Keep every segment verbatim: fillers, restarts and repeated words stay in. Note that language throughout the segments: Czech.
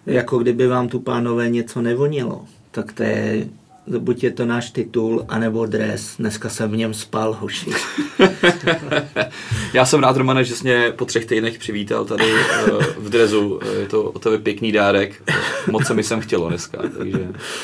jako kdyby vám tu, pánové, něco nevonilo, tak to je, buď je to náš titul, anebo dres. Dneska jsem v něm spal, hoši. Já jsem rád, Romane, že jsi mě po třech týdnech přivítal tady uh, v dresu. Je to o tebe pěkný dárek. Moc se mi sem chtělo dneska, takže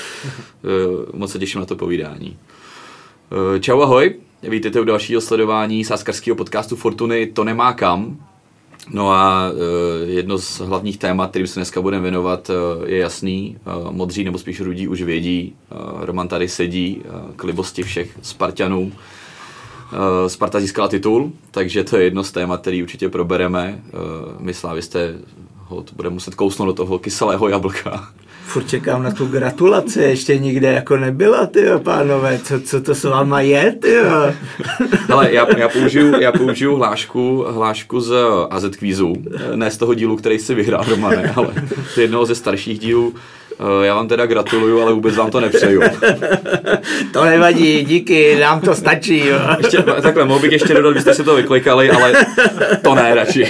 uh, moc se těším na to povídání. Uh, čau, ahoj. Vítejte u dalšího sledování sázkařského podcastu Fortuny To nemá kam. No a uh, jedno z hlavních témat, kterým se dneska budeme věnovat, uh, je jasný. Uh, modří nebo spíš rudí už vědí. Uh, Roman tady sedí uh, k libosti všech Spartanů. Uh, Sparta získala titul, takže to je jedno z témat, který určitě probereme. Uh, my slávisté ho to bude muset kousnout do toho kyselého jablka. Furt čekám na tu gratulaci, ještě nikde jako nebyla, tyjo, pánové, co, co to s váma je, tyjo? Hele, já, já, použiju, já použiju hlášku, hlášku z A Z kvízu, ne z toho dílu, který si vyhrál, Romane, ale z jednoho ze starších dílů. Já vám teda gratuluju, ale vůbec vám to nepřeju. To nevadí, díky, nám to stačí. Jo. Ještě, takhle, mohl bych ještě dodat, vy jste si to vyklikali, ale to ne, radši.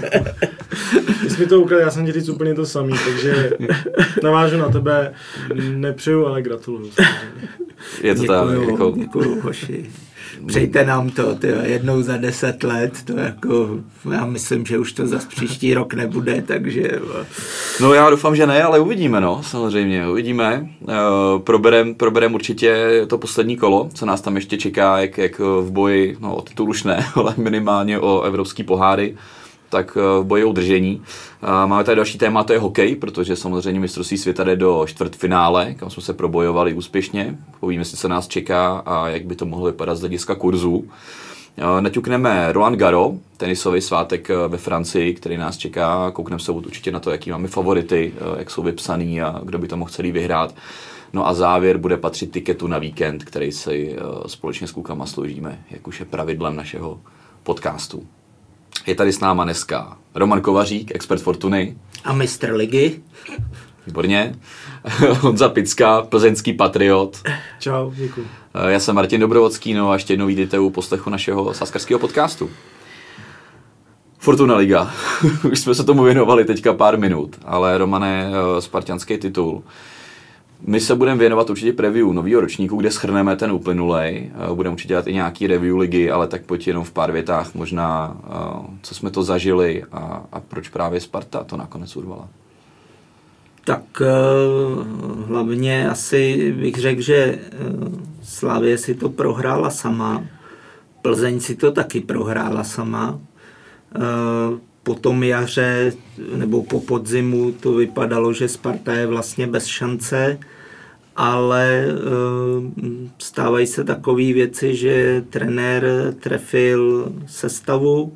Ty jsi mi to ukradl, já jsem ti říct úplně to samý, takže navážu na tebe, nepřeju, ale gratuluju. Je to tak, jako... Děkuju, hoši. Přejte nám to, tyjo, jednou za deset let, to jako, já myslím, že už to zas příští rok nebude, takže... No já doufám, že ne, ale uvidíme, no, samozřejmě, uvidíme. Uh, proberem, proberem určitě to poslední kolo, co nás tam ještě čeká, jak, jak v boji, no o titul už ne, ale minimálně o evropský poháry, tak v boji o udržení. Máme tady další téma, to je hokej, protože samozřejmě mistrovství světa jde do čtvrtfinále, kam jsme se probojovali úspěšně. Povíme si, co nás čeká a jak by to mohlo vypadat z hlediska kurzu. Naťukneme Roland Garros, tenisový svátek ve Francii, který nás čeká. Koukneme se určitě na to, jaký máme favority, jak jsou vypsaný a kdo by to mohl celý vyhrát. No a závěr bude patřit tiketu na víkend, který si společně s klukama složíme, jak už je pravidlem našeho podcastu. Je tady s náma dneska Roman Kovařík, expert Fortuny. A mistr ligy. Výborně. Honza Picka, plzeňský patriot. Čau, děkuji. Já jsem Martin Dobrovodský, no a ještě jednou vítejte u poslechu našeho sázkařského podcastu. Fortuna liga. Už jsme se tomu věnovali teďka pár minut, ale Romane, spartanský titul. My se budeme věnovat určitě preview nového ročníku, kde shrneme ten uplynulej. Budeme určitě dělat i nějaký review ligy, ale tak pojď jenom v pár větách možná, co jsme to zažili a, a proč právě Sparta to nakonec urvala. Tak hlavně asi bych řekl, že Slavie si to prohrála sama, Plzeň si to taky prohrála sama. Po tom jaře nebo po podzimu to vypadalo, že Sparta je vlastně bez šance, ale stávají se takové věci, že trenér trefil sestavu.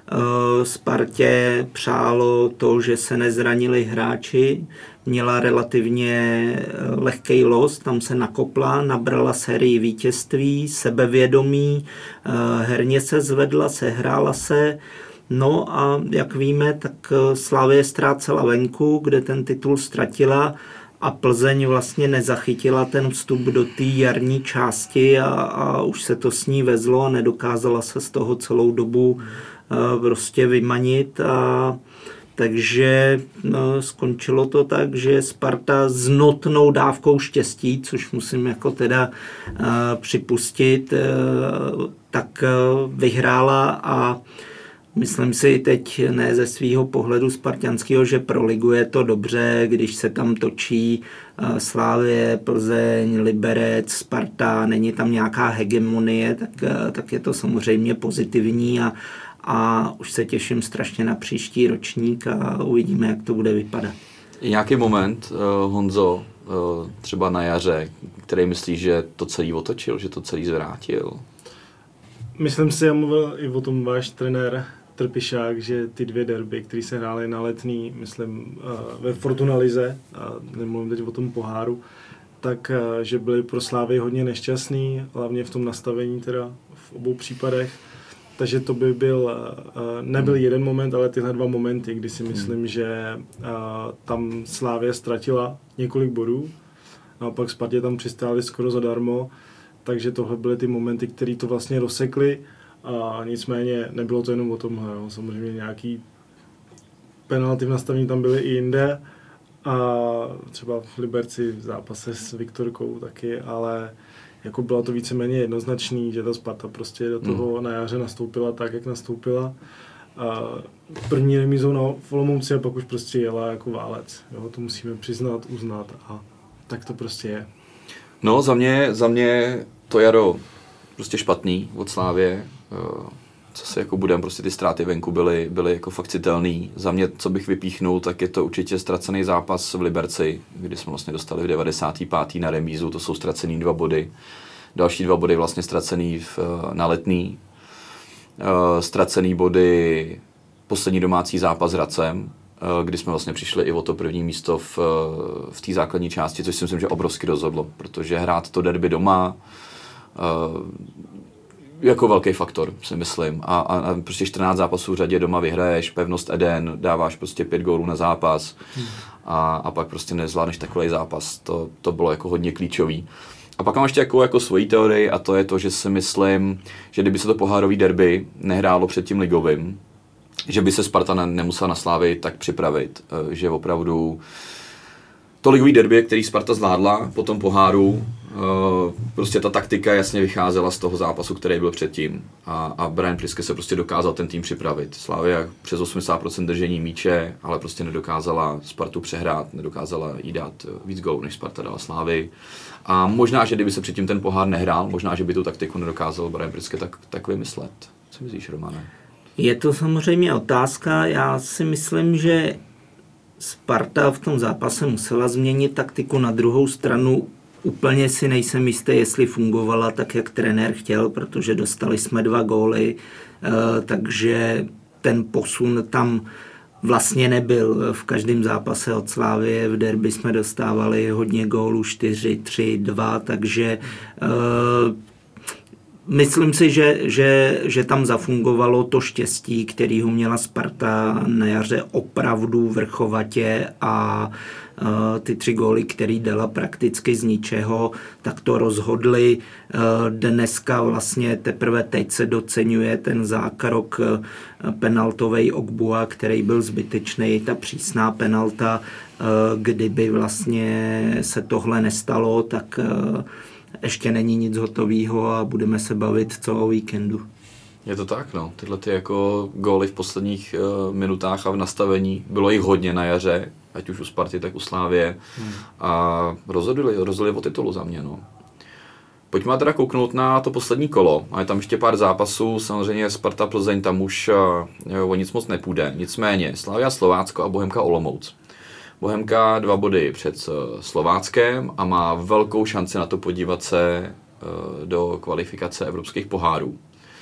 Spartě přálo to, že se nezranili hráči, měla relativně lehký los, tam se nakopla, nabrala sérii vítězství, sebevědomí, herně se zvedla, sehrála se. No a jak víme, tak Slavie ztrácela venku, kde ten titul ztratila a Plzeň vlastně nezachytila ten vstup do té jarní části a, a už se to s ní vezlo a nedokázala se z toho celou dobu uh, prostě vymanit. A takže no, skončilo to tak, že Sparta s notnou dávkou štěstí, což musím jako teda uh, připustit, uh, tak uh, vyhrála a myslím si teď ne ze svýho pohledu spartanského, že pro ligu je to dobře, když se tam točí Slavie, Plzeň, Liberec, Sparta, není tam nějaká hegemonie, tak, tak je to samozřejmě pozitivní a, a už se těším strašně na příští ročník a uvidíme, jak to bude vypadat. Je nějaký moment, uh, Honzo, uh, třeba na jaře, který myslíš, že to celý otočil, že to celý zvrátil? Myslím si, já mluvil i o tom váš trenér Trpišák, že ty dvě derby, které se hrály na Letný, myslím, ve Fortuna lize, a nemluvím teď o tom poháru, tak že byly pro Slávy hodně nešťastný, hlavně v tom nastavení teda v obou případech. Takže to by byl, nebyl jeden moment, ale tyhle dva momenty, kdy si myslím, že tam Slávě ztratila několik bodů, a pak Spartě tam přistáli skoro zadarmo, takže tohle byly ty momenty, které to vlastně rozsekly. A nicméně nebylo to jenom o tomhle, jo. Samozřejmě nějaký penalty v nastavení tam byly i jinde, a třeba v Liberci v zápase s Viktorkou taky, ale jako bylo to víceméně jednoznačný, že ta Sparta prostě do toho hmm. na jaře nastoupila tak, jak nastoupila. A první remízou na Olomouci a pak už prostě jela jako válec. Jo, to musíme přiznat, uznat a tak to prostě je. No za mě, za mě to jaro prostě špatný od Slávie. Co se jako budem, prostě ty ztráty venku byly, byly jako fakt citelný. Za mě, co bych vypíchnul, tak je to určitě ztracený zápas v Liberci, kdy jsme vlastně dostali v devadesátém pátém na remízu, to jsou ztracený dva body. Další dva body vlastně ztracený v, na Letný. Uh, ztracený body poslední domácí zápas s Hradcem, uh, kdy jsme vlastně přišli i o to první místo v, v té základní části, což si myslím, že obrovsky rozhodlo, protože hrát to derby doma uh, jako velký faktor, si myslím. A, a, a prostě čtrnáct zápasů v řadě doma vyhraješ, pevnost Eden, dáváš prostě pět gólů na zápas hmm. a, a pak prostě nezvládneš takový zápas. To, to bylo jako hodně klíčový. A pak mám ještě jako, jako svoji teorii a to je to, že si myslím, že kdyby se to pohárový derby nehrálo před tím ligovým, že by se Sparta ne, nemusela na Slávy tak připravit, že opravdu to ligový derby, který Sparta zvládla po tom poháru, prostě ta taktika jasně vycházela z toho zápasu, který byl předtím a, a Brian Priske se prostě dokázal ten tým připravit. Slavia přes osmdesát procent držení míče, ale prostě nedokázala Spartu přehrát, nedokázala jí dát víc gólů, než Sparta dala Slávii. A možná, že kdyby se předtím ten pohár nehrál, možná, že by tu taktiku nedokázal Brian Priske tak, tak vymyslet. Co myslíš, Romane? Je to samozřejmě otázka. Já si myslím, že Sparta v tom zápase musela změnit taktiku. Na druhou stranu úplně si nejsem jistý, jestli fungovala tak, jak trenér chtěl, protože dostali jsme dva góly, takže ten posun tam vlastně nebyl. V každém zápase od Slávie v derby jsme dostávali hodně gólů, čtyři, tři, dva, takže myslím si, že, že, že tam zafungovalo to štěstí, kterýho měla Sparta na jaře opravdu vrchovatě a uh, ty tři góly, který dala prakticky z ničeho, tak to rozhodli. Uh, dneska vlastně teprve teď se doceňuje ten zákrok uh, penaltovej Ogbua, který byl zbytečný, ta přísná penalta. Uh, kdyby vlastně se tohle nestalo, tak uh, ještě není nic hotového a budeme se bavit co o víkendu. Je to tak, no. Tyhle ty jako góly v posledních uh, minutách a v nastavení, bylo jich hodně na jaře, ať už u Sparty, tak u Slávie hmm. a rozhodli, rozhodli o titulu za mě, no. Pojďme teda kouknout na to poslední kolo. A je tam ještě pár zápasů, samozřejmě Sparta Plzeň, tam už uh, o nic moc nepůjde. Nicméně Slavia Slovácko a Bohemka Olomouc. Bohemka dva body před Slováckem a má velkou šanci na to podívat se do kvalifikace evropských pohárů.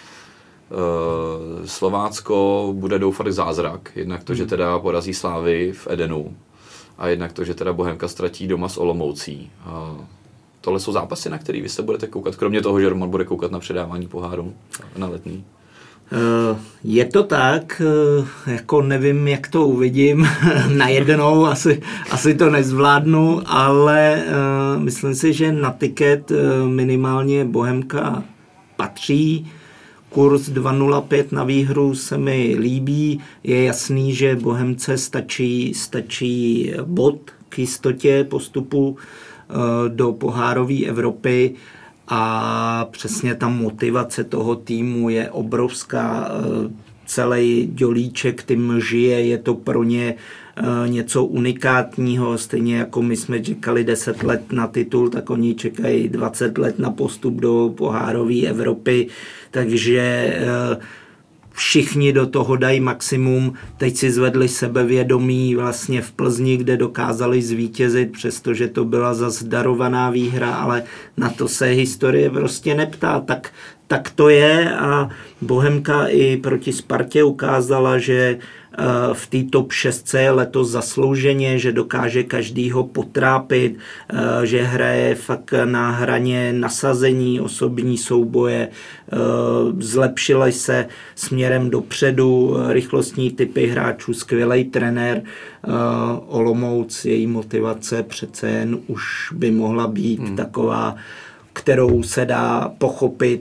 Slovácko bude doufat zázrak, jednak to, že teda porazí Slávy v Edenu a jednak to, že teda Bohemka ztratí doma s Olomoucí. Tohle jsou zápasy, na který vy se budete koukat, kromě toho, že Roman bude koukat na předávání poháru na Letný. Je to tak, jako nevím, jak to uvidím, najednou asi, asi to nezvládnu, ale myslím si, že na tiket minimálně Bohemka patří. Kurz dva nula pět na výhru se mi líbí, je jasný, že Bohemce stačí, stačí bod k jistotě postupu do pohárové Evropy. A přesně ta motivace toho týmu je obrovská. Celý dělíček tím žije, je to pro ně něco unikátního. Stejně jako my jsme čekali deset let na titul, tak oni čekají dvacet let na postup do pohárové Evropy. Takže všichni do toho dají maximum. Teď si zvedli sebevědomí vlastně v Plzni, kde dokázali zvítězit, přestože to byla zas darovaná výhra, ale na to se historie prostě neptá. Tak, tak to je a Bohemka i proti Spartě ukázala, že v té top šest je letos zaslouženě, že dokáže každýho potrápit, že hraje fakt na hraně nasazení, osobní souboje, zlepšily se směrem dopředu, rychlostní typy hráčů, skvělej trenér. Olomouc, její motivace přece jen už by mohla být hmm. taková, kterou se dá pochopit.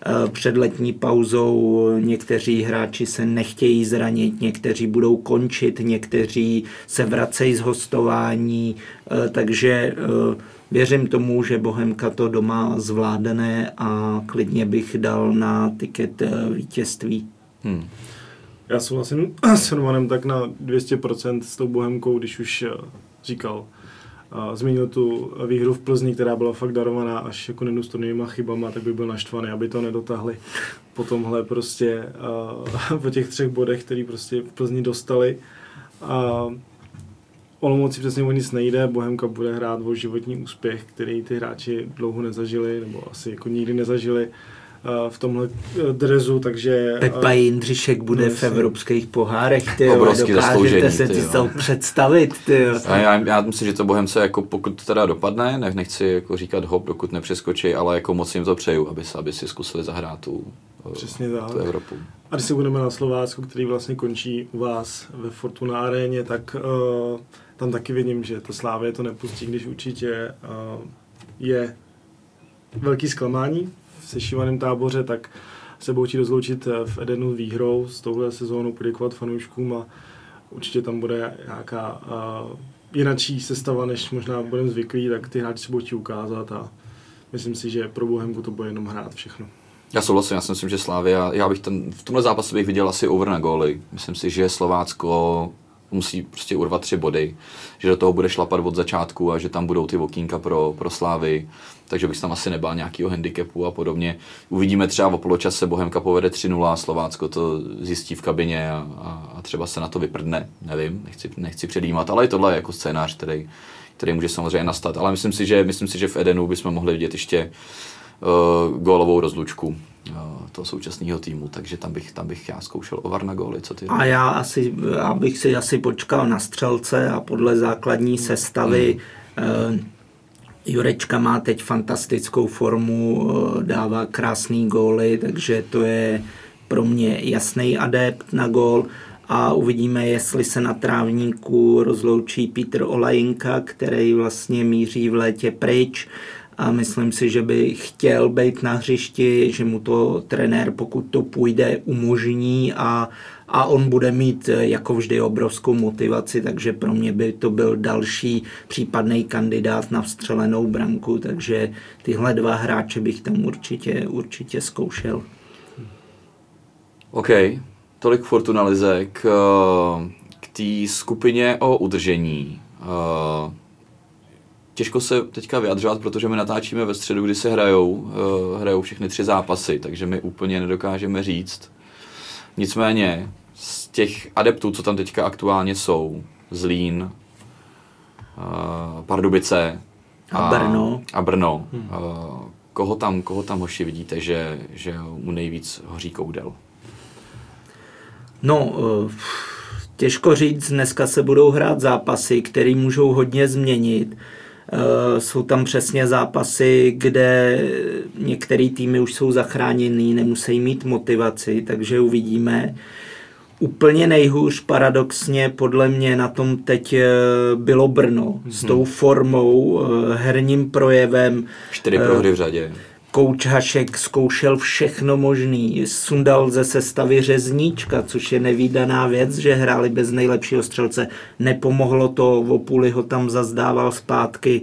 před letní pauzou, někteří hráči se nechtějí zranit, někteří budou končit, někteří se vracejí z hostování, takže věřím tomu, že Bohemka to doma zvládne a klidně bych dal na tiket vítězství. Hmm. Já souhlasím s Romanem tak na dvě stě procent s tou Bohemkou, když už říkal, zmínil tu výhru v Plzni, která byla fakt darovaná až jako nedůstojnýma chybama, tak by byl naštvaný, aby to nedotahli po tomhle prostě, po těch třech bodech, který prostě v Plzni dostali. A Olomouci přesně o nic nejde, Bohemka bude hrát o životní úspěch, který ty hráči dlouho nezažili, nebo asi jako nikdy nezažili v tomhle drezu, takže... Pepa Jindřišek bude no, v evropských pohárech, ty obrovský dokážete se ty to představit, ty já, já, já myslím, že to Bohemce, jako pokud to teda dopadne, ne, nechci jako říkat hop, dokud nepřeskočí, ale jako moc jim to přeju, aby, aby si zkusili zahrát tu, přesně tak. tu Evropu. A když se budeme na Slovácku, který vlastně končí u vás ve Fortuna aréně, tak uh, tam taky vidím, že to Slávě to nepustí, když určitě uh, je velký zklamání v sešívaném táboře, tak se budou chtít rozloučit v Edenu výhrou s touhle sezónou, poděkovat fanouškům a určitě tam bude nějaká uh, jinačí sestava, než možná budeme zvyklí, tak ty hráči se budou chtít ukázat a myslím si, že pro Bohemku to bude jenom hrát všechno. Já souhlasím, já si myslím, že Slavia, já bych ten, v tomhle zápase bych viděl asi over na góly. Myslím si, že Slovácko musí prostě urvat tři body, že do toho bude šlapat od začátku a že tam budou ty okýnka pro, pro Slávy, takže bych tam asi nebál nějakýho handicapu a podobně. Uvidíme třeba o poločase, Bohemka povede tři nula, Slovácko to zjistí v kabině a, a, a třeba se na to vyprdne, nevím, nechci, nechci předjímat, ale i tohle je jako scénář, který, který může samozřejmě nastat, ale myslím si, že, myslím si, že v Edenu bychom mohli vidět ještě uh, gólovou rozlučku uh, toho současného týmu, takže tam bych, tam bych já zkoušel over na góly, co ty? A já asi, já bych si asi počkal na střelce a podle základní sestavy hmm. uh, Jurečka má teď fantastickou formu, uh, dává krásný góly, takže to je pro mě jasný adept na gól. A uvidíme, jestli se na trávníku rozloučí Petr Olajinka, který vlastně míří v létě pryč. A myslím si, že by chtěl být na hřišti, že mu to trenér, pokud to půjde, umožní a, a on bude mít jako vždy obrovskou motivaci, takže pro mě by to byl další případný kandidát na vstřelenou branku, takže tyhle dva hráče bych tam určitě, určitě zkoušel. OK, tolik Fortuna Lize k, k té skupině o udržení. Těžko se teďka vyjadřovat, protože my natáčíme ve středu, kdy se hrajou, uh, hrajou všechny tři zápasy, takže my úplně nedokážeme říct. Nicméně z těch adeptů, co tam teďka aktuálně jsou, Zlín, uh, Pardubice a, a Brno, a Brno hmm. uh, koho tam, koho tam hoši vidíte, že, že mu nejvíc hoří koudel? No, uh, těžko říct, dneska se budou hrát zápasy, které můžou hodně změnit. Uh, jsou tam přesně zápasy, kde některé týmy už jsou zachráněný, nemusí mít motivaci, takže uvidíme. Úplně nejhůř paradoxně podle mě na tom teď bylo Brno mm-hmm. s tou formou, herním projevem. Čtyři prohry v řadě. Kouč Hašek zkoušel všechno možný. Sundal ze sestavy Řezníčka, což je nevídaná věc, že hráli bez nejlepšího střelce. Nepomohlo to, Vopuli ho tam zazdával zpátky.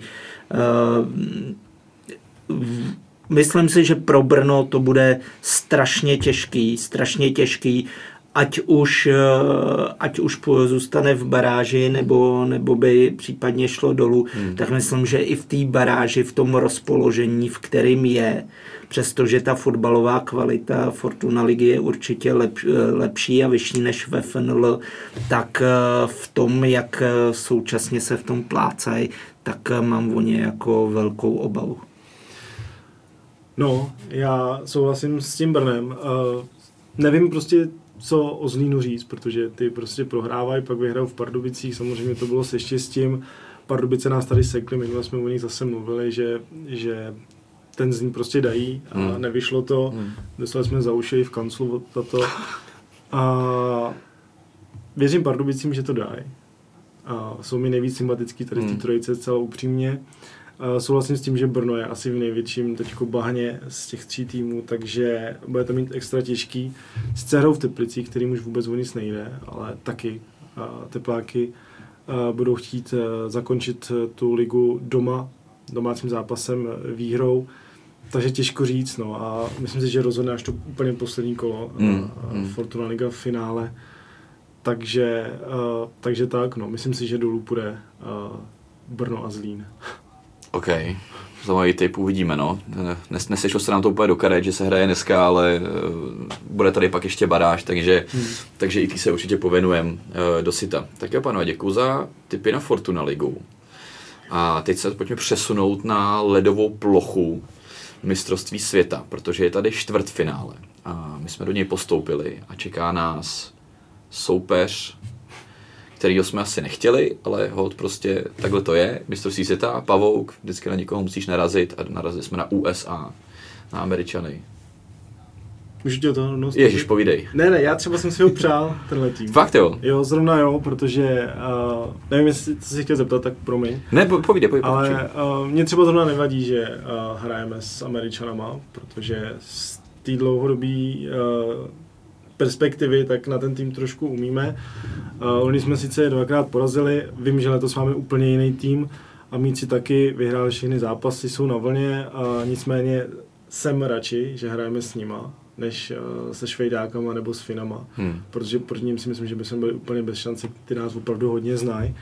Myslím si, že pro Brno to bude strašně těžký, strašně těžký. Ať už, ať už zůstane v baráži, nebo, nebo by případně šlo dolů, hmm. tak myslím, že i v té baráži, v tom rozpoložení, v kterým je, přestože ta fotbalová kvalita Fortuna ligy je určitě lep, lepší a vyšší než ve F N L, tak v tom, jak současně se v tom plácají, tak mám o ně jako velkou obavu. No, já souhlasím s tím Brnem. Uh, nevím prostě, co o Zlínu říct, protože ty prostě prohrávají, pak vyhrajou v Pardubicích, samozřejmě to bylo se štěstím. Pardubice nás tady sekly, minule jsme o nich zase mluvili, že, že ten Zlín prostě dají a hmm. nevyšlo to. Hmm. Dostali jsme za uši v kanclu za to. A věřím Pardubicím, že to dají. A jsou mi nejvíc sympatický tady v té trojice, celá upřímně. Uh, souhlasím s tím, že Brno je asi v největším teďko bahně z těch tří týmů, takže bude to mít extra těžký. S dcerou v Teplicích, kterým už vůbec o nic nejde, ale taky uh, tepláky uh, budou chtít uh, zakončit uh, tu ligu doma, domácím zápasem, uh, výhrou. Takže těžko říct, no, a myslím si, že rozhodne až to úplně poslední kolo mm, uh, mm. Fortuna Liga v finále. Takže, uh, takže tak, no, myslím si, že dolů půjde uh, Brno a Zlín. OK, zajímavý tip, uvidíme, no. Nes, nesešlo se nám to úplně do karet, že se hraje dneska, ale uh, bude tady pak ještě baráž, takže, hmm. takže i ty se určitě pověnujeme uh, do syta. Tak jo, pánové, děkuji za tipy na Fortuna Ligu. A teď se pojďme přesunout na ledovou plochu mistrovství světa, protože je tady čtvrtfinále a my jsme do něj postoupili a čeká nás soupeř, kterýho jsme asi nechtěli, ale hod prostě takhle to je. Mistrovství světa, pavouk, vždycky na někoho musíš narazit a narazili jsme na U S A, na Američany. Můžu tě to no, Ježiš, povídej. Ne, ne, já třeba jsem si ho přál, tenhle tým. Fakt jo? Jo, zrovna jo, protože, uh, nevím, jestli jsi si chtěl zeptat, tak promiň. Ne, po, povídej, povídej. Ale uh, mě třeba zrovna nevadí, že uh, hrajeme s Američanama, protože z té dlouhodobé uh, perspektivy tak na ten tým trošku umíme. Uh, oni jsme sice dvakrát porazili, vím, že letos máme úplně jiný tým a míci taky vyhráli všechny zápasy, jsou na vlně, a nicméně jsem radši, že hrajeme s nima, než uh, se Švejdákama nebo s Finama, hmm. protože proti ním si myslím, že bychom byli úplně bez šance, ty nás opravdu hodně znají.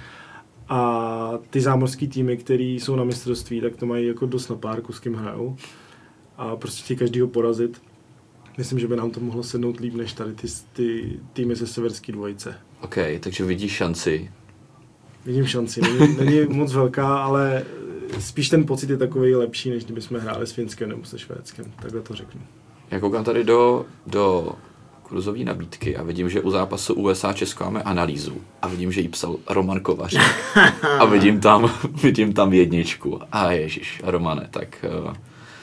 A ty zámořský týmy, které jsou na mistrovství, tak to mají jako dost na párku, s kým hrajou. A prostě ti každýho porazit. Myslím, že by nám to mohlo sednout líp, než tady ty, ty týmy ze severské dvojice. OK, takže vidíš šanci. Vidím šanci. Není, není moc velká, ale spíš ten pocit je takový lepší, než kdybychom hráli s Finskem nebo se Švédskem. Takhle to řeknu. Já koukám tady do, do kurzové nabídky a vidím, že u zápasu U S A Česko máme analýzu a vidím, že jí psal Roman Kovař a vidím tam, vidím tam jedničku. A ježiš, Romane, tak... Uh...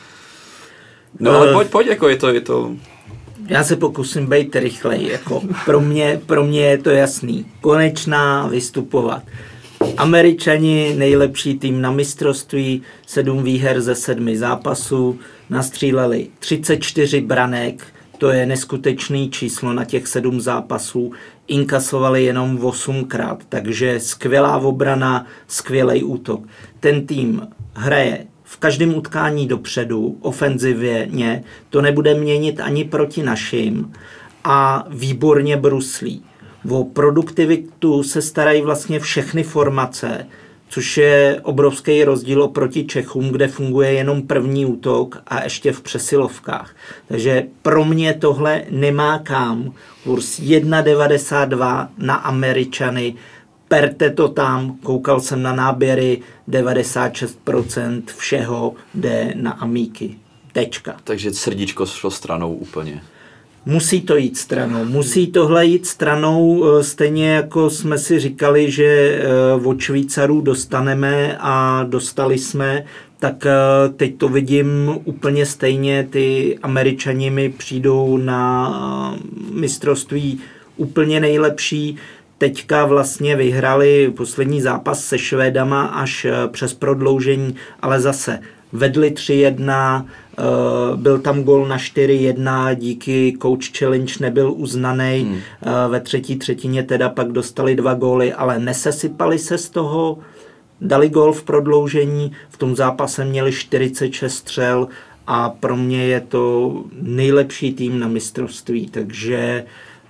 No ale pojď, pojď, jako je to, je to... Já se pokusím být rychlej, jako pro mě, pro mě je to jasný. Konečná vystupovat. Američani, nejlepší tým na mistrovství, sedm výher ze sedmi zápasů, nastříleli třicet čtyři branek, to je neskutečný číslo na těch sedm zápasů, inkasovali jenom osmkrát, takže skvělá obrana, skvělej útok. Ten tým hraje v každém utkání dopředu, ofenzivně, to nebude měnit ani proti našim a výborně bruslí. O produktivitu se starají vlastně všechny formace, což je obrovský rozdíl oproti Čechům, kde funguje jenom první útok a ještě v přesilovkách. Takže pro mě tohle nemá kam. Kurs jedna devadesát dva na Američany, perte to tam, koukal jsem na náběry, devadesát šest procent všeho jde na amíky. Tečka. Takže srdíčko šlo stranou úplně. Musí to jít stranou. Musí tohle jít stranou, stejně jako jsme si říkali, že od Švýcarů dostaneme a dostali jsme, tak teď to vidím úplně stejně. Ty Američani mi přijdou na mistrovství úplně nejlepší. Teďka vlastně vyhrali poslední zápas se Švédama až přes prodloužení, ale zase vedli tři jedna, byl tam gól na čtyři jedna, díky coach challenge nebyl uznaný, hmm. ve třetí třetině teda pak dostali dva góly, ale nesesypali se z toho, dali gól v prodloužení, v tom zápase měli čtyřicet šest střel a pro mě je to nejlepší tým na mistrovství, takže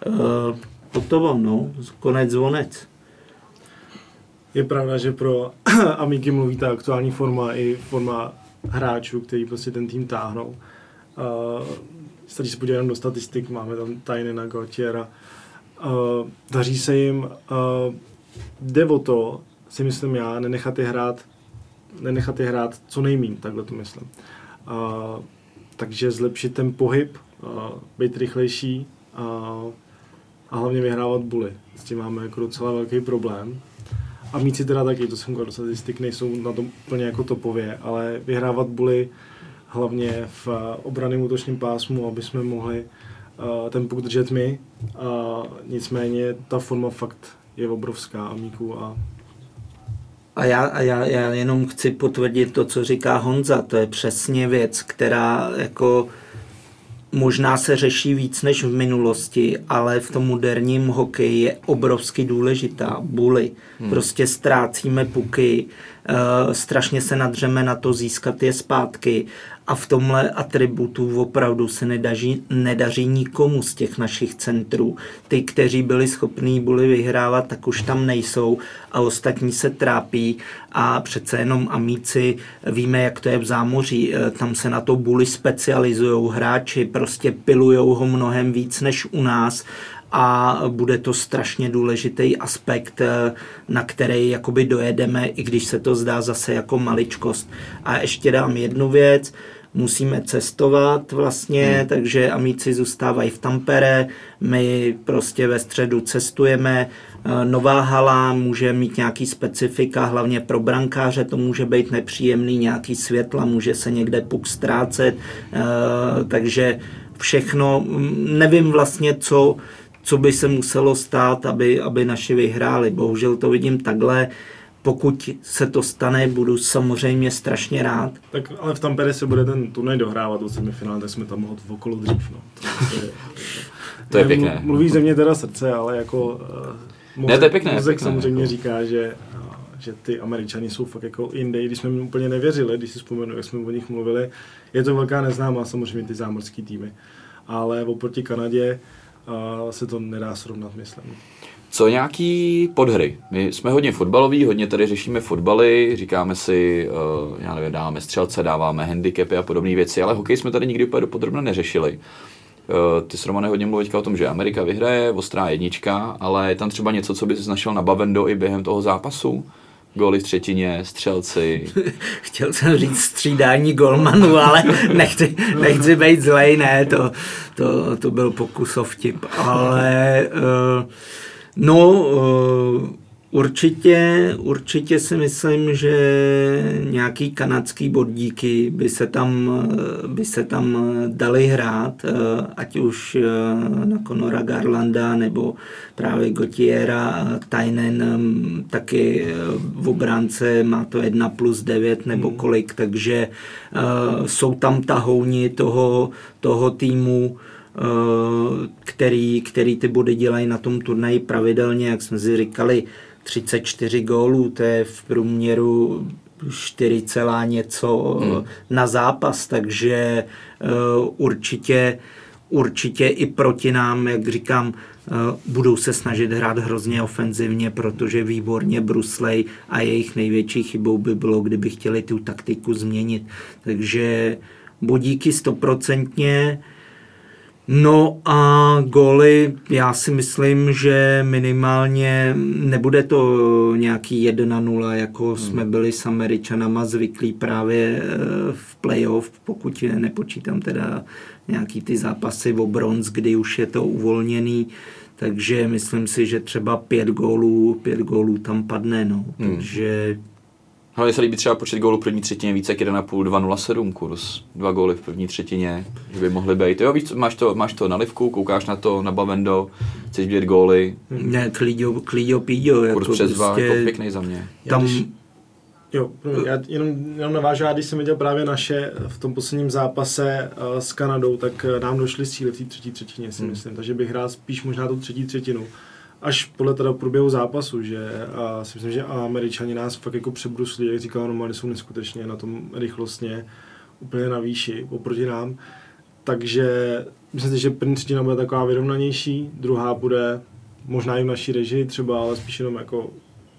hotovo, no, konec zvonec. Je pravda, že pro Amiky mluví ta aktuální forma i forma hráčů, který prostě ten tým táhnou. Uh, stačí se podívat jenom do statistik, máme tam Tajnena, Gautiera. Uh, daří se jim. Uh, jde o to, si myslím já, nenechat je hrát, nenechat je hrát co nejmín, takhle to myslím. Uh, takže zlepšit ten pohyb, uh, být rychlejší uh, a hlavně vyhrávat buly. S tím máme jako docela velký problém. A míci teda taky, to jsem do statistik, nejsou na tom úplně jako topově, ale vyhrávat buly hlavně v obranném útočním pásmu, aby jsme mohli uh, ten puk držet my. Uh, nicméně ta forma fakt je obrovská Amíků a A já, a já, já jenom chci potvrdit to, co říká Honza. To je přesně věc, která jako možná se řeší víc než v minulosti, ale v tom moderním hokeji je obrovsky důležitá. Bully. Hmm. Prostě ztrácíme puky, uh, strašně se nadřeme na to získat je zpátky a v tomhle atributu opravdu se nedaří, nedaří nikomu z těch našich centrů. Ty, kteří byli schopní Bully vyhrávat, tak už tam nejsou a ostatní se trápí a přece jenom amíci, víme, jak to je v zámoří, tam se na to Bully specializujou hráči, prostě pilujou ho mnohem víc než u nás a bude to strašně důležitý aspekt, na který jakoby dojedeme, i když se to zdá zase jako maličkost. A ještě dám jednu věc, musíme cestovat vlastně, hmm. takže amíci zůstávají v Tampere, my prostě ve středu cestujeme, nová hala může mít nějaký specifika, hlavně pro brankáře to může být nepříjemný, nějaký světla, může se někde puk ztrácet, takže všechno, nevím vlastně, co, co by se muselo stát, aby, aby naši vyhráli. Bohužel to vidím takhle. Pokud se to stane, budu samozřejmě strašně rád. Tak ale v Tampere se bude ten turnaj dohrávat od semifinále, tak jsme tam mohli okolo dřív. No. To je, to je pěkné. Mluví ze mě teda srdce, ale jako uh, ne, to je pěkné, mozek pěkné, samozřejmě jako. říká, že, uh, že ty Američani jsou fakt jako jinde, když jsme jim úplně nevěřili, když si vzpomenu, jak jsme o nich mluvili. Je to velká neznámá samozřejmě ty zámořský týmy, ale oproti Kanadě uh, se to nedá srovnat, myslím. Co nějaký podhry? My jsme hodně fotbaloví, hodně tady řešíme fotbaly, říkáme si, uh, já nevím, dáváme střelce, dáváme handicapy a podobné věci, ale hokej jsme tady nikdy úplně dopodrobně neřešili. Uh, ty s Romane hodně mluví o tom, že Amerika vyhraje, ostrá jednička, ale je tam třeba něco, co by jsi našel na bavendo i během toho zápasu? Góly v třetině, střelci. Chtěl jsem říct střídání golmanů, ale nechci, nechci být zlej, ne, to, to, to byl pokus o vtip, ale uh, no, uh, určitě, určitě si myslím, že nějaký kanadský bodíky by se tam, by se tam dali hrát, ať už na Conora Garlanda nebo právě Gauthiera, Tainen taky v obránce má to jedna plus devět nebo kolik, takže uh, jsou tam tahouni toho, toho týmu, Který, který ty body dělají na tom turnaji pravidelně, jak jsme si říkali, třicet čtyři gólů, to je v průměru čtyři celá něco hmm. na zápas, takže uh, určitě, určitě i proti nám, jak říkám, uh, budou se snažit hrát hrozně ofenzivně, protože výborně bruslej a jejich největší chybou by bylo, kdyby chtěli tu taktiku změnit. Takže bodíky stoprocentně. No a góly, já si myslím, že minimálně nebude to nějaký jedna nula, jako hmm. jsme byli s Američanama zvyklí právě v playoff, pokud nepočítám teda nějaký ty zápasy o bronz, kdy už je to uvolněný, takže myslím si, že třeba pět gólů, pět gólů tam padne, no, hmm. takže... Hlavně se líbí třeba počet gólů v první třetině více jak jedna celá pět, dva nula sedm kurz. Dva góly v první třetině, že by mohly být. Jo, víš, máš to, máš to na livku, koukáš na to, na bavendo, chceš vidět góly. Ne, klíďo, klíďo, píďo. Kurz jako přes dva, prostě, jako pěkný za mě. Tam... Když, jo, já jenom, jenom navážu, já když jsem viděl právě naše v tom posledním zápase uh, s Kanadou, tak nám došly síly v té třetí třetině, si hmm. myslím. Takže bych hrál spíš možná tu třetí třetinu. Až podle teda průběhu zápasu, že a si myslím, že Američani nás fakt jako přebruslí, jak říkal Roman, jsou neskutečně na tom rychlostně úplně na výši oproti nám. Takže myslím si, že první třetina bude taková vyrovnanější, druhá bude možná i v naší režii třeba, ale spíš jenom jako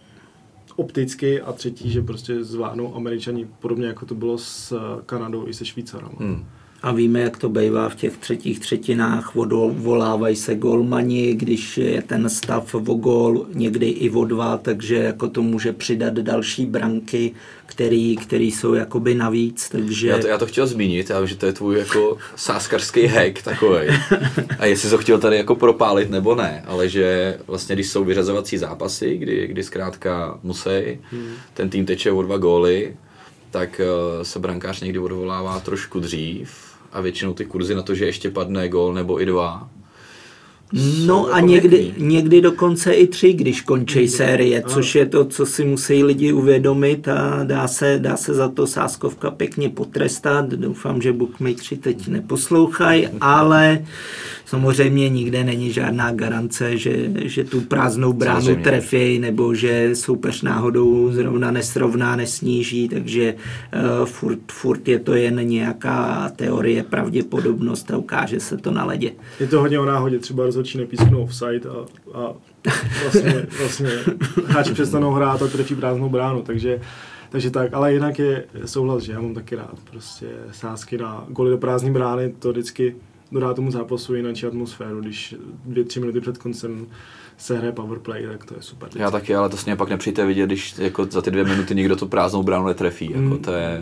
opticky a třetí, že prostě zvládnou Američani podobně jako to bylo s Kanadou i se Švýcarama. Hmm. A víme, jak to bývá v těch třetích třetinách, volávají se golmani, když je ten stav o gól, někdy i o dva, takže jako to může přidat další branky, který, který jsou jakoby navíc, takže... Já to, já to chtěl zmínit, já vím, že to je tvůj jako sáskarský hack takovej. A jestli jsi to chtěl tady jako propálit nebo ne, ale že vlastně když jsou vyřazovací zápasy, kdy, kdy zkrátka musí, hmm. ten tým teče o dva góly, tak se brankář někdy odvolává trošku dřív a většinou ty kurzy na to, že ještě padne gól nebo i dva, No a někdy, někdy dokonce i tři, když končí série, což je to, co si musí lidi uvědomit a dá se, dá se za to sázkovka pěkně potrestat. Doufám, že bookmakeri teď neposlouchají, ale samozřejmě nikde není žádná garance, že, že tu prázdnou bránu samozřejmě trefí, nebo že soupeř náhodou zrovna nesrovná, nesníží, takže uh, furt, furt je to jen nějaká teorie, pravděpodobnost a ukáže se to na ledě. Je to hodně o náhodě, třeba rozhodčí nepísknou offside a, a vlastně, vlastně hráči přestanou hrát a trefí prázdnou bránu, takže, takže tak, ale jinak je souhlas, že já mám taky rád prostě sázky na goly do prázdné brány, to vždycky dodá tomu zápasu jináčí atmosféru, když dvě, tři minuty před koncem se hraje powerplay, tak to je super. Vždycky. Já taky, ale to s mě pak nepřijďte vidět, když jako za ty dvě minuty nikdo tu prázdnou bránu netrefí, jako to je...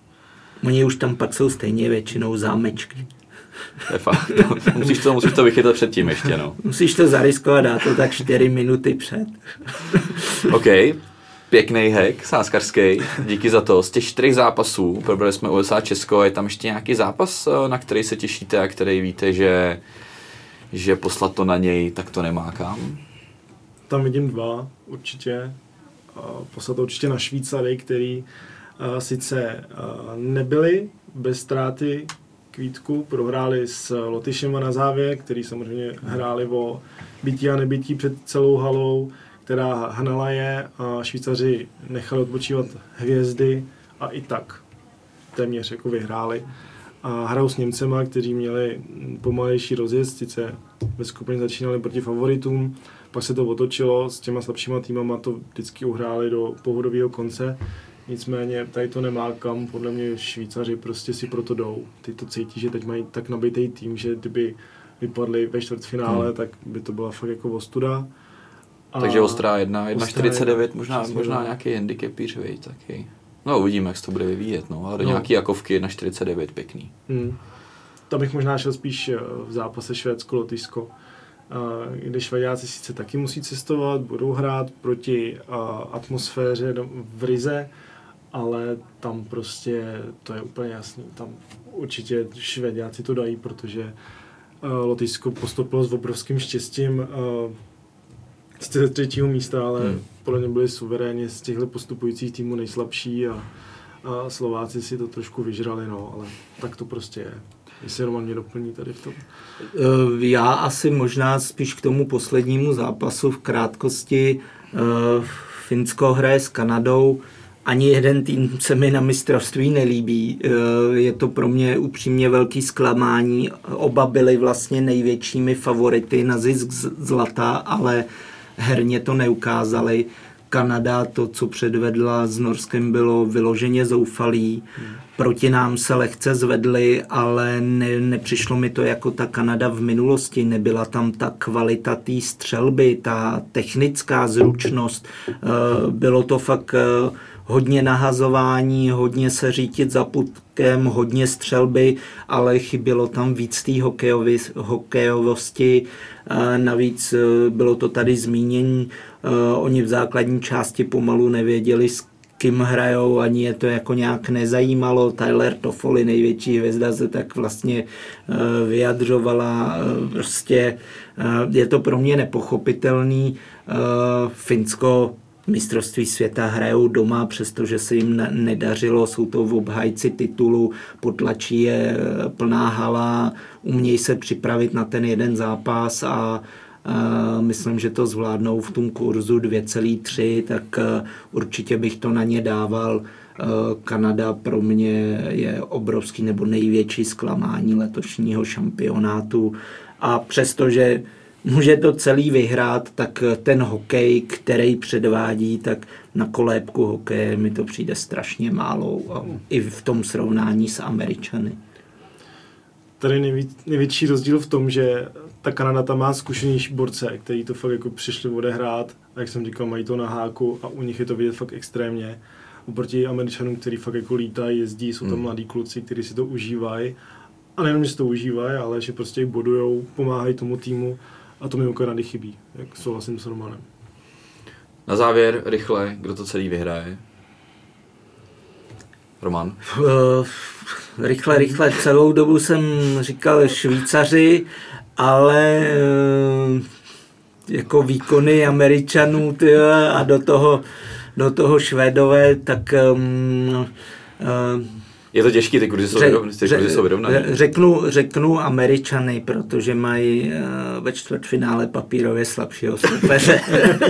Oni už tam pak jsou stejně většinou zámečky. To je fakt, no. musíš, to, musíš to vychytat předtím ještě, no. Musíš to zaryskovat, dát to tak čtyři minuty před. OK, pěkný hack, sázkařský, díky za to. Z těch čtyřech zápasů, probrali jsme U S A Česko, je tam ještě nějaký zápas, na který se těšíte a který víte, že, že poslat to na něj, tak to nemá kam? Tam vidím dva, určitě. Poslat to určitě na Švýcary, který sice nebyli bez ztráty kvítku, prohráli s Lotyšema na závěr, který samozřejmě hráli o bytí a nebytí před celou halou, která hnala je a Švýcaři nechali odpočívat hvězdy a i tak téměř jako vyhráli. A hrajou s Němcema, kteří měli pomalejší rozjezd, sice ve skupině začínali proti favoritům, pak se to otočilo, s těma slabšíma týmama to vždycky uhráli do pohodového konce. Nicméně tady to nemá kam, podle mě Švýcaři prostě si proto jdou. Ty to cítí, že teď mají tak nabitý tým, že kdyby vypadli ve čtvrtfinále, hmm. tak by to byla fakt jako ostuda. A takže ostrá jedna, jedna čtyřicet devět, možná, možná nějaký handicapíř, vej, taky. No uvidíme, jak se to bude vyvíjet, no, ale do no. nějaký jakovky jedna čtyřicet devět pěkný. Hmm. To bych možná šel spíš v zápase Švédsko-Lotyšsko, kde Švéďáci sice taky musí cestovat, budou hrát proti atmosféře v Rize, ale tam prostě to je úplně jasný. Tam určitě Švéďáci to dají, protože Lotyšsko postoupilo s obrovským štěstím sice ze třetího místa, ale hmm. podle mě byli suverénně z těchto postupujících týmů nejslabší a, a Slováci si to trošku vyžrali, no, ale tak to prostě je. Jestli Roman mě doplní tady v tom. Já asi možná spíš k tomu poslednímu zápasu v krátkosti. Finsko hraje s Kanadou. Ani jeden tým se mi na mistrovství nelíbí. Je to pro mě upřímně velký zklamání. Oba byly vlastně největšími favority na zisk zlata, ale herně to neukázali. Kanada, to, co předvedla s Norskem, bylo vyloženě zoufalý. Hmm. Proti nám se lehce zvedli, ale ne, nepřišlo mi to jako ta Kanada v minulosti. Nebyla tam ta kvalita té střelby, ta technická zručnost. Bylo to fakt hodně nahazování, hodně se řítit za putkem, hodně střelby, ale chybělo tam víc té hokejovosti. Navíc bylo to tady zmínění, oni v základní části pomalu nevěděli, s kým hrajou, ani je to jako nějak nezajímalo. Tyler Toffoli, největší hvězda, se tak vlastně vyjadřovala. Prostě je to pro mě nepochopitelný. Finsko mistrovství světa hrajou doma, přestože se jim nedařilo, jsou to v obhájci titulu, potlačí je plná hala, umějí se připravit na ten jeden zápas a, a myslím, že to zvládnou v tom kurzu dvě celá tři, tak určitě bych to na ně dával. Kanada pro mě je obrovský nebo největší zklamání letošního šampionátu a přestože může to celý vyhrát, tak ten hokej, který předvádí, tak na kolébku hokeje mi to přijde strašně málo. I v tom srovnání s Američany. Tady nejví, největší rozdíl v tom, že ta Kanada tam má zkušenější borce, kteří to fakt jako přišli odehrát a jak jsem říkal, mají to na háku a u nich je to vidět fakt extrémně. Oproti Američanům, kteří fakt jako lítají, jezdí, jsou tam hmm. mladí kluci, kteří si to užívají. A nejenom, že si to užívají, ale že prostě bodujou, pomáhají tomu týmu. A to mi u Kanady chybí, jak souhlasím s Romanem. Na závěr, rychle, kdo to celý vyhraje? Roman? Uh, rychle, rychle. Celou dobu jsem říkal Švýcaři, ale uh, jako výkony Američanů tyhle, a do toho, do toho Švédové, tak um, uh, je to těžký, ty kurzy jsou, Ře, vyrovn, ty kurzy jsou vyrovnaný. Řeknu, řeknu Američany, protože mají uh, ve čtvrtfinále papírově slabšího soupeře.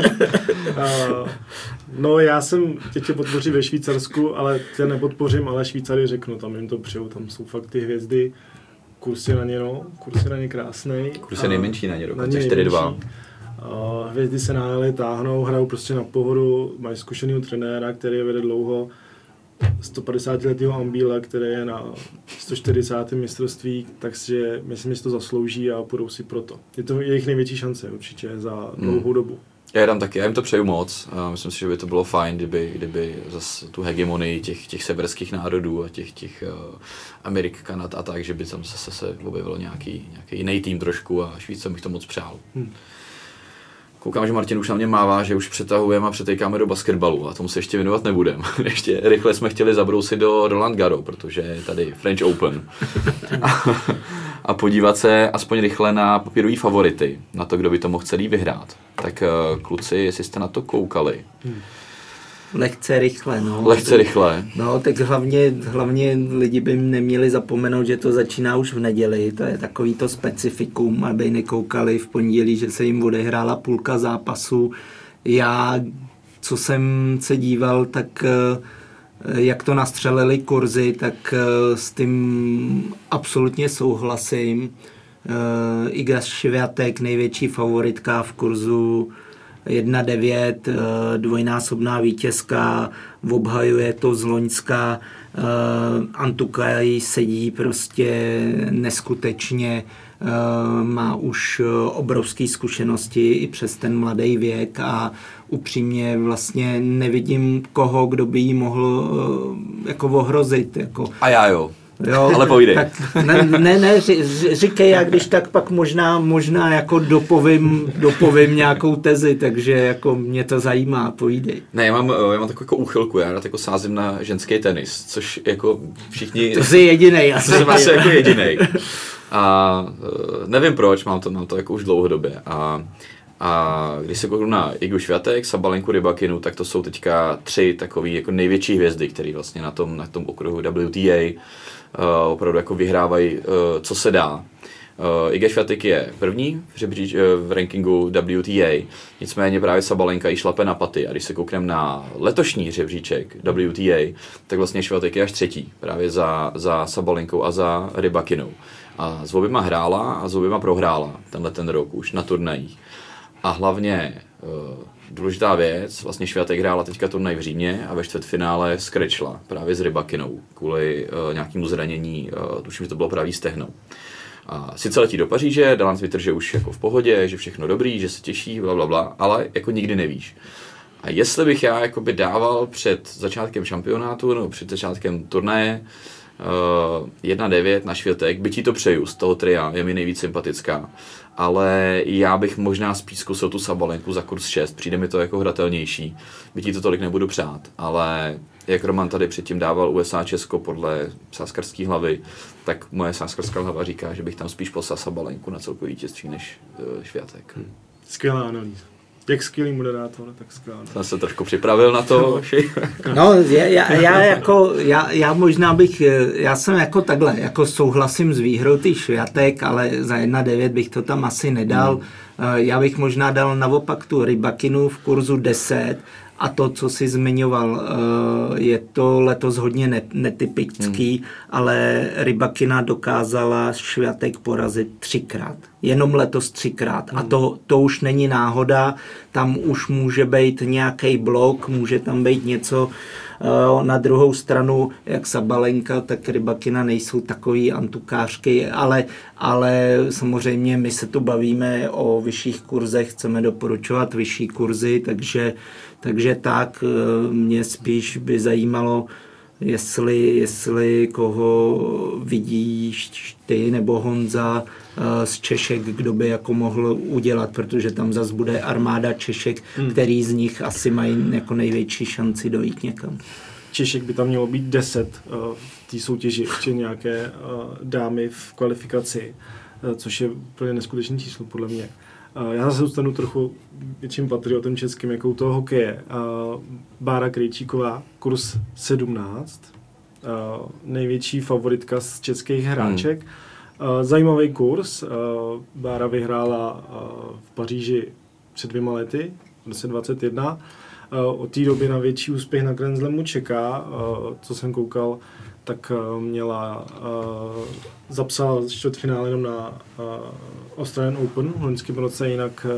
uh, no já jsem tě chtěl podpořit ve Švýcarsku, ale tě nepodpořím, ale Švýcary řeknu, tam jim to přeju, tam jsou fakt ty hvězdy, kurz je na ně, no, kurz je na ně krásnej. Kurz je nejmenší na ně, dokonce čtyři dva. Uh, hvězdy se nájeli, táhnou, hrajou prostě na pohodu, mají zkušenýho trenéra, který je vede dlouho, sto padesátiletého Ambíla, který je na sto čtyřicátém mistrovství, takže myslím, že to zaslouží a půjdou si proto. Je to jejich největší šance určitě za dlouhou hmm. dobu. Já dám taky, já jim to přeju moc. Myslím si, že by to bylo fajn, kdyby, kdyby zase tu hegemonii těch, těch severských národů a těch, těch uh, Amerik, Kanad a tak, že by tam zase se objevil nějaký, nějaký jiný tým trošku a Švýcem bych to moc přál. Hmm. Koukám, že Martin už na mě mává, že už přetahujeme a přetejkáme do basketbalu a tomu se ještě věnovat nebudeme. Ještě rychle jsme chtěli zabrousit do Roland Garros, protože je tady French Open. a, a podívat se aspoň rychle na papírový favority, na to, kdo by to mohl celý vyhrát. Tak kluci, jestli jste na to koukali. Hmm. Lehce rychle, no. Lehce rychle. No, tak hlavně, hlavně lidi by neměli zapomenout, že to začíná už v neděli. To je takový to specifikum, aby nekoukali v pondělí, že se jim odehrála půlka zápasu. Já, co jsem se díval, tak jak to nastřelili kurzy, tak s tím absolutně souhlasím. Iga Swiatek, největší favoritka v kurzu jedna devět, dvojnásobná vítězka, obhajuje to z Loňska, Antuka jí sedí prostě neskutečně, má už obrovské zkušenosti i přes ten mladý věk a upřímně vlastně nevidím koho, kdo by jí mohl jako ohrozit. Jako. A já jo. Jo, ale povídej. Tak ne, ne, ne ři, říkej, já když tak pak možná, možná jako dopovím, dopovím nějakou tezi, takže jako mě to zajímá, povídej. Ne, já mám, já mám takovou jako úchylku, já rád jako sázím na ženský tenis, což jako všichni... To jsi jedinej. To jsem asi jako jedinej. A nevím proč, mám to, mám to jako už dlouhodobě. A A když se kouknu na Igu Swiatek, Sabalenku, Rybakinu, tak to jsou teďka tři takový jako největší hvězdy, které vlastně na tom, na tom okruhu W T A uh, opravdu jako vyhrávají, uh, co se dá. Uh, Iga Swiatek je první v, žebříč, uh, v rankingu W T A, nicméně právě Sabalenka jí šlape na paty a když se koukneme na letošní žebříček W T A, tak vlastně Swiatek je až třetí, právě za, za Sabalenkou a za Rybakinou. A s oběma hrála a s oběma prohrála tenhle ten rok už na turnajích. A hlavně uh, důležitá věc, vlastně Swiatek hrála teďka turnaj v Římě a ve čtvrtfinále skrečla právě s Rybakinou kvůli uh, nějakému zranění, uh, tuším, že to bylo pravý stehno. A sice letí do Paříže, dala na Twitter, že už jako v pohodě, že všechno dobrý, že se těší, bla, bla, bla, ale jako nikdy nevíš. A jestli bych já jakoby dával před začátkem šampionátu nebo před začátkem turnaje uh, jedna devět na Swiatek, byť jí to přeju, z toho tria je mi nejvíc sympatická. Ale já bych možná spíš zkusil tu Sabalenku za kurz šest, přijde mi to jako hratelnější, byť jí to tolik nebudu přát, ale jak Roman tady předtím dával U S A Česko podle sáskarský hlavy, tak moje sáskarská hlava říká, že bych tam spíš poslal Sabalenku na celkový vítězství než uh, Swiatek. Hmm. Skvělá analýza. Jak skvělý moderátor, tak skvělá. Jsem se trošku připravil na to. No, já, já, jako, já, já možná bych, já jsem jako takhle, jako souhlasím s výhrou ty Swiatek, ale za jedna devět bych to tam asi nedal. Hmm. Já bych možná dal naopak tu Rybakinu v kurzu deset a to, co jsi zmiňoval, je to letos hodně netypický, hmm. ale Rybakina dokázala Swiatek porazit třikrát. Jenom letos třikrát. Hmm. A to, to už není náhoda, tam už může být nějaký blok, může tam být něco. Na druhou stranu, jak Sabalenka, tak Rybakina nejsou takový antukářky, ale, ale samozřejmě my se tu bavíme o vyšších kurzech, chceme doporučovat vyšší kurzy, takže, takže tak mě spíš by zajímalo, jestli, jestli koho vidíš ty nebo Honza z Češek, kdo by jako mohl udělat, protože tam zase bude armáda Češek, hmm. který z nich asi mají jako největší šanci dojít někam. Češek by tam mělo být deset v té soutěži, ještě nějaké dámy v kvalifikaci, což je úplně neskutečné číslo podle mě. Já zase zůstanu trochu větším patriotem českým, jako u toho hokeje. Bára Krejčíková, kurz sedmnáct, největší favoritka z českých hráček. Hmm. Zajímavý kurz. Bára vyhrála v Paříži před dvěma lety, v roce dvacet jedna. Od té doby na větší úspěch na Grand Slamu čeká. Co jsem koukal, tak měla, zapsala čtvrtfinále jenom na Australian Open v loňském roce, jinak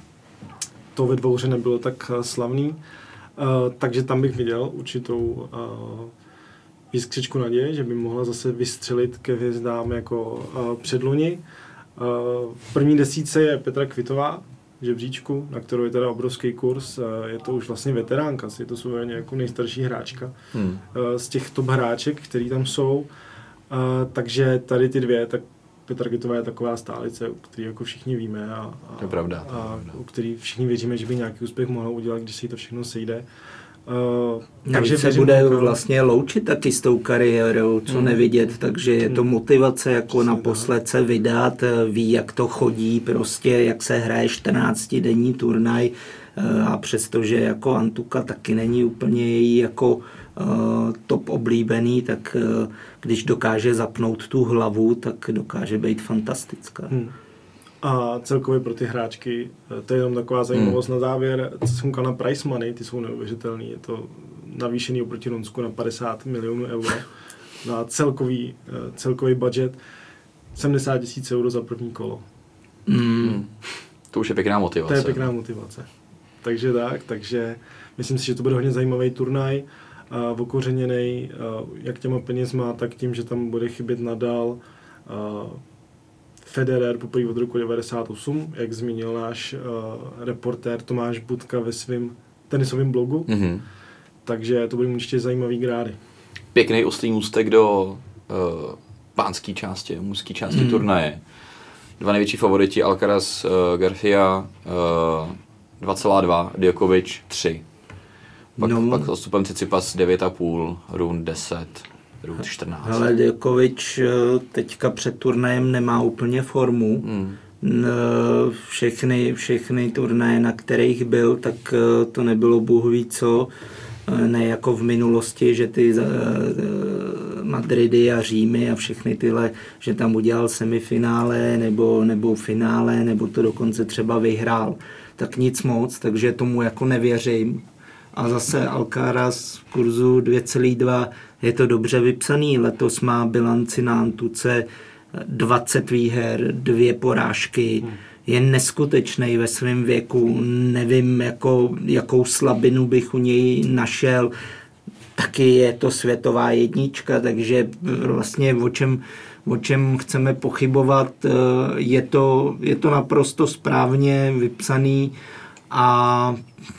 to ve dvouhře nebylo tak slavný. Takže tam bych viděl určitou jiskřičku naděje, že by mohla zase vystřelit ke hvězdám jako předloni. V první desítce je Petra Kvitová, žebříčku, na kterou je teda obrovský kurz. Je to už vlastně veteránka, je to suverénně jako nejstarší hráčka hmm. z těch top hráček, který tam jsou. Takže tady ty dvě, tak Petra Kvitová je taková stálice, o který jako všichni víme a, a, to je pravda, to je a pravda. o který všichni věříme, že by nějaký úspěch mohla udělat, když se jí to všechno sejde. Uh, takže se bude můžu... vlastně loučit taky s tou kariérou, co mm. nevidět, takže je to motivace jako naposled se vydat, ví, jak to chodí, prostě jak se hraje čtrnáctidenní turnaj uh, a přestože jako Antuka taky není úplně její jako uh, top oblíbený, tak uh, když dokáže zapnout tu hlavu, tak dokáže být fantastická. Mm. A celkově pro ty hráčky, to je jenom taková zajímavost hmm. na závěr, co jsem koukal na price money, ty jsou neuvěřitelný, je to navýšený oproti Ronsku na padesát milionů euro, na celkový, celkový budget sedmdesát tisíc euro za první kolo. Hmm. To už je pěkná motivace. To je pěkná motivace. Takže tak, takže myslím si, že to bude hodně zajímavý turnaj, uh, okořeněnej, uh, jak těma penězma, tak tím, že tam bude chybět Nadal, uh, Federer poprvé od roku devadesát osm, jak zmínil náš uh, reportér Tomáš Budka ve svém tenisovém blogu. Mm-hmm. Takže to budou určitě zajímavý grády. Pěkný oslý můstek do uh, pánské části, mužské části mm. turnaje. Dva největší favoriti, Alcaraz, uh, Garcia uh, dva celá dva, Djokovic tři. Pak, no. pak s odstupem Tsitsipas devět celá pět, Rune deset. čtrnáct. Ale Djokovic teďka před turnajem nemá úplně formu. Hmm. Všechny, všechny turnaje, na kterých byl, tak to nebylo bůh ví co. Ne jako v minulosti, že ty Madridy a Římy a všechny tyhle, že tam udělal semifinále nebo, nebo finále, nebo to dokonce třeba vyhrál. Tak nic moc, takže tomu jako nevěřím. A zase Alcaraz v kurzu dvě celá dva je to dobře vypsaný. Letos má bilanci na Antuce dvacet výher, dvě porážky. Je neskutečný ve svém věku. Nevím, jako, jakou slabinu bych u něj našel. Taky je to světová jednička, takže vlastně o čem, o čem chceme pochybovat, je to, je to naprosto správně vypsaný a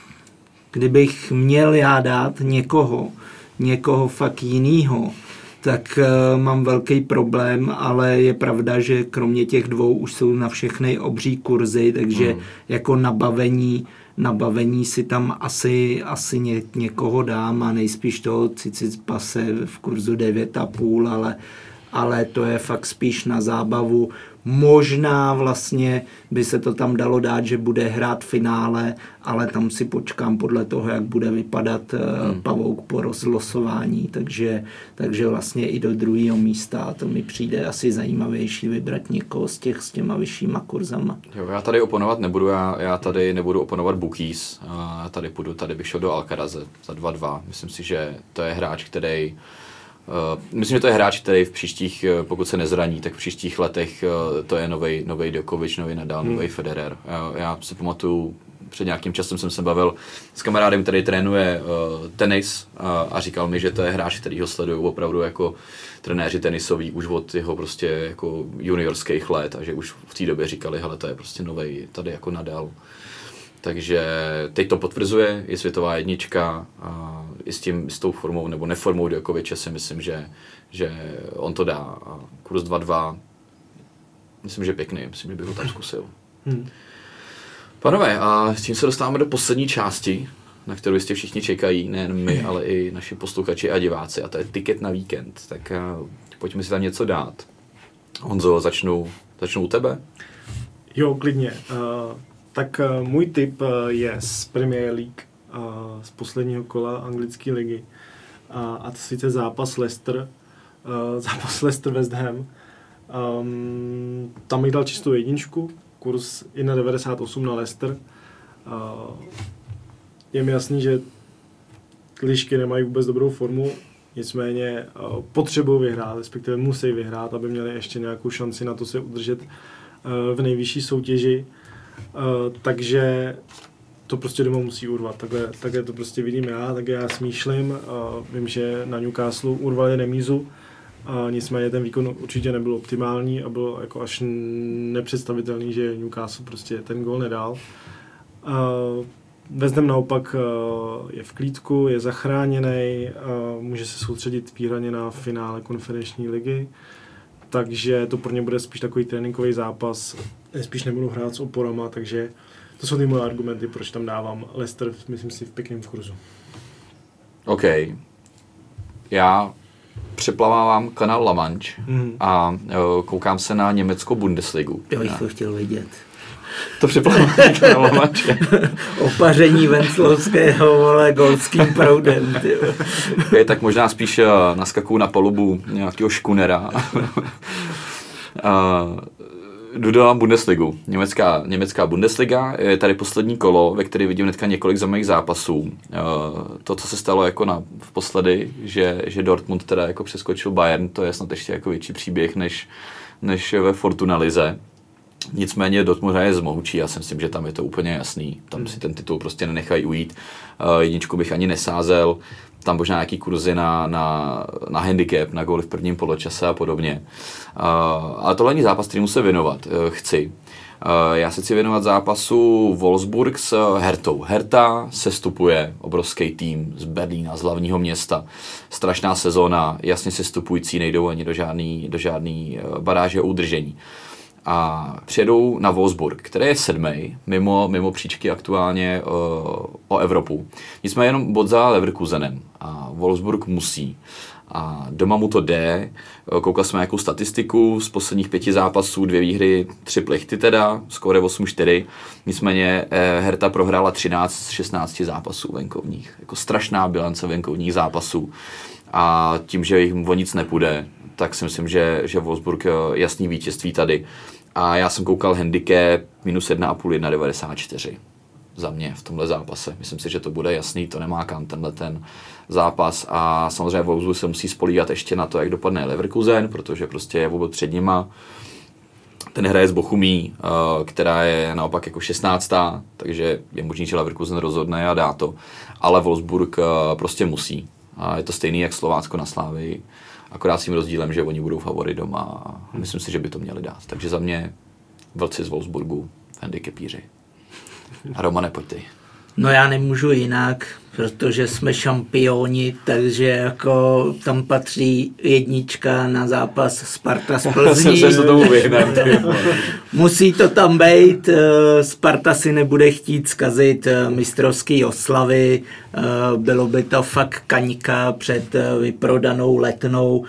kdybych měl já dát někoho, někoho fakt jinýho, tak uh, mám velký problém, ale je pravda, že kromě těch dvou už jsou na všechny obří kurzy, takže mm. jako nabavení, nabavení si tam asi, asi ně, někoho dám a nejspíš toho Tsitsipase v kurzu devět celá pět, ale, ale to je fakt spíš na zábavu. Možná vlastně by se to tam dalo dát, že bude hrát finále, ale tam si počkám podle toho, jak bude vypadat hmm. pavouk po rozlosování, takže, takže vlastně i do druhého místa to mi přijde asi zajímavější vybrat někoho z těch s těma vyššíma kurzama. Jo, já tady oponovat nebudu, já, já tady nebudu oponovat bookies, já tady půjdu, tady bych šel do Alcaraze za dva dva, myslím si, že to je hráč, který Uh, myslím, že to je hráč, který v příštích, pokud se nezraní, tak v příštích letech uh, to je novej, novej Djokovic, nový Nadal, hmm. nový Federer. Já, já si pamatuju, před nějakým časem jsem se bavil s kamarádem, který trénuje uh, tenis uh, a říkal mi, že to je hráč, který ho sledují opravdu jako trenéři tenisový už od jeho prostě jako juniorských let a že už v té době říkali, hele, to je prostě novej, tady jako Nadal. Takže teď to potvrzuje, je světová jednička a i s, tím, s tou formou nebo neformou Djokoviče si myslím, že, že on to dá. A kurz dva dva, myslím, že pěkný, myslím, že bych ho tam zkusil. Hmm. Panové, a s tím se dostáváme do poslední části na kterou jistě všichni čekají, nejen my, ale i naši posluchači a diváci, a to je tiket na víkend. Tak uh, pojďme si tam něco dát. Honzo, začnu, začnu u tebe? Jo, klidně. Uh, tak uh, můj tip uh, je z Premier League, uh, z posledního kola anglické ligy. Uh, a to sice zápas Leicester, uh, zápas Leicester West Ham. Um, tam bych dal čistou jedničku, kurz jedna devadesát osm na Leicester. Uh, je mi jasný, že lišky nemají vůbec dobrou formu, nicméně uh, potřebují vyhrát, respektive musí vyhrát, aby měli ještě nějakou šanci na to se udržet uh, v nejvyšší soutěži. Uh, takže to prostě doma musí urvat. Takhle, takhle to prostě vidím já, tak já smýšlím. Uh, vím, že na Newcastle urvali remízu, uh, nicméně ten výkon určitě nebyl optimální a bylo jako až nepředstavitelný, že Newcastle prostě ten gól nedal. Uh, West Ham naopak uh, je v klídku, je zachráněný, uh, může se soustředit výhradně na finále konferenční ligy, takže to pro ně bude spíš takový tréninkový zápas, spíš nebudu hrát s oporama, takže to jsou ty moje argumenty, proč tam dávám Leicester, myslím si, v pěkném kurzu. OK. Já přeplavávám kanál La Manche mm. a uh, koukám se na německou Bundesligu. Já bych to chtěl vidět. To přeplavávám kanál La Manche. Opaření Venclovského, vole, golským proudem. Je, tak možná spíš uh, naskakuju na palubu nějakého škunera. uh, Dodávám Bundesligu. Německá, německá Bundesliga je tady poslední kolo, ve které vidím hnedka několik zajímavých zápasů. To, co se stalo jako na, v posledy, že, že Dortmund teda jako přeskočil Bayern, to je snad ještě jako větší příběh než, než ve Fortuna lize. Nicméně Dortmund je zmohučí, já si myslím, že tam je to úplně jasný. Tam si ten titul prostě nenechají ujít. Jedničku bych ani nesázel. Tam možná nějaký kurzy na, na, na handicap, na góly v prvním poločase a podobně. Uh, ale tohle není zápas, kterýmu se věnovat uh, chci. Uh, já se chci věnovat zápasu Wolfsburg s Hertou. Herta sestupuje, obrovský tým z Berlína, z hlavního města. Strašná sezóna, jasně sestupující, nejdou ani do žádný, do žádný uh, baráže o udržení. A přijedou na Wolfsburg, který je sedmý, mimo, mimo příčky aktuálně uh, o Evropu. Nicméně jenom bod za Leverkusenem a Wolfsburg musí. A doma mu to jde, koukal jsme nějakou statistiku z posledních pěti zápasů, dvě výhry, tři plechty teda, skóre osm čtyři. Nicméně eh, Herta prohrála třináct z šestnácti zápasů venkovních. Jako strašná bilance venkovních zápasů. A tím, že jim o nic nepůjde, tak si myslím, že, že Wolfsburg jasný vítězství tady. A já jsem koukal handicap minus jedna a půl, jedna devadesát čtyři za mě v tomhle zápase. Myslím si, že to bude jasný, to nemá kam tenhle ten zápas. A samozřejmě Wolfsburg se musí spolíhat ještě na to, jak dopadne Leverkusen, protože prostě je vůbec před nima. Ten hraje s Bochumí, která je naopak jako šestnáctá, takže je možný, že Leverkusen rozhodne a dá to. Ale Wolfsburg prostě musí. A je to stejný jak Slovácko na Slávii. Akorát s tím rozdílem, že oni budou favory doma a myslím si, že by to měli dát. Takže za mě vlci z Wolfsburgu, handicapíři. A Romane, pojď ty. No já nemůžu jinak, protože jsme šampioni, takže jako tam patří jednička na zápas Sparta z Plzní. Jsem se tomu vyhnat. Musí to tam být, Sparta si nebude chtít zkazit mistrovský oslavy, bylo by to fakt kaňka před vyprodanou Letnou.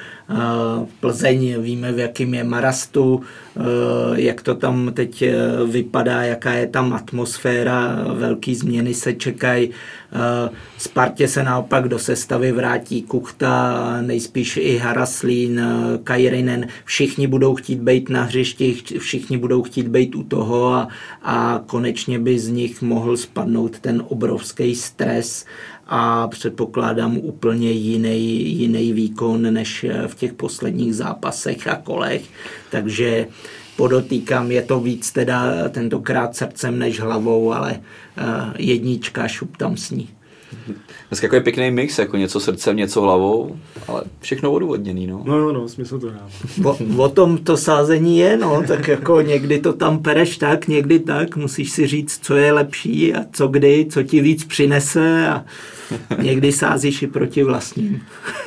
Plzeň víme, v jakým je marastu, jak to tam teď vypadá, jaká je tam atmosféra, velký změny se čekají. Spartě se naopak do sestavy vrátí Kuchta, nejspíš i Haraslín, Kairinen, všichni budou chtít být na hřišti, všichni budou chtít být u toho a, a konečně by z nich mohl spadnout ten obrovský stres a předpokládám úplně jiný, jiný výkon než v těch posledních zápasech a kolech, takže podotýkám, je to víc teda tentokrát srdcem než hlavou, ale uh, jednička, šup tam s ní. Dneska jako je pěkný mix, jako něco srdcem, něco hlavou, ale všechno odůvodněný, no. No, no, no, smysl to dává. O, o tom to sázení je, no, tak jako někdy to tam pereš tak, někdy tak, musíš si říct, co je lepší a co kdy, co ti víc přinese a někdy sázíš i proti vlastním.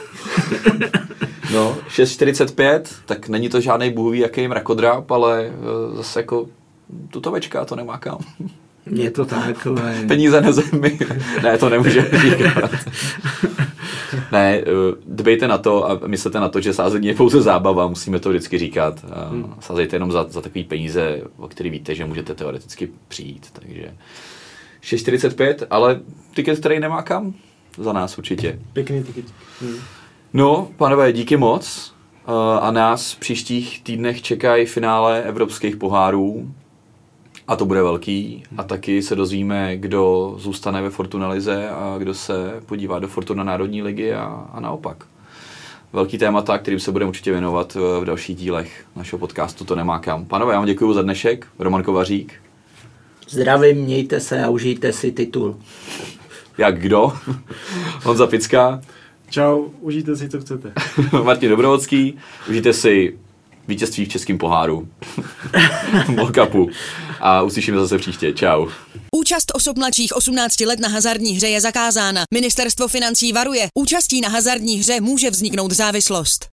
No, šest čtyřicet pět, tak není to žádný bůhví jaký mrakodrap, ale zase jako tutovečka to nemá kam. Je to tak. Ale... Peníze na zemi. Ne, to nemůže říkat. Ne, dbejte na to a myslete na to, že sázení je pouze zábava, musíme to vždycky říkat. Hmm. Sázejte jenom za, za takový peníze, o který víte, že můžete teoreticky přijít. Takže šest čtyřicet pět, ale tiket, který nemá kam, za nás určitě. Pěkný tiket. Hmm. No, pánové, díky moc. A nás v příštích týdnech čekají finále evropských pohárů. A to bude velký. A taky se dozvíme, kdo zůstane ve Fortuna lize a kdo se podívá do Fortuna národní ligy a, a naopak. Velký témata, kterým se budeme určitě věnovat v dalších dílech našeho podcastu To nemá kam. Pánové, já vám děkuju za dnešek. Roman Kovařík. Zdravím, mějte se a užijte si titul. Jak kdo? Honza Picka. Čau, užijte si, co chcete. Martin Dobrovodský. Užijte si vítězství v českém poháru. Molkapu. A uslyšíme zase příště. Čau. Účast osob mladších osmnácti let na hazardní hře je zakázána. Ministerstvo financí varuje. Účastí na hazardní hře může vzniknout závislost.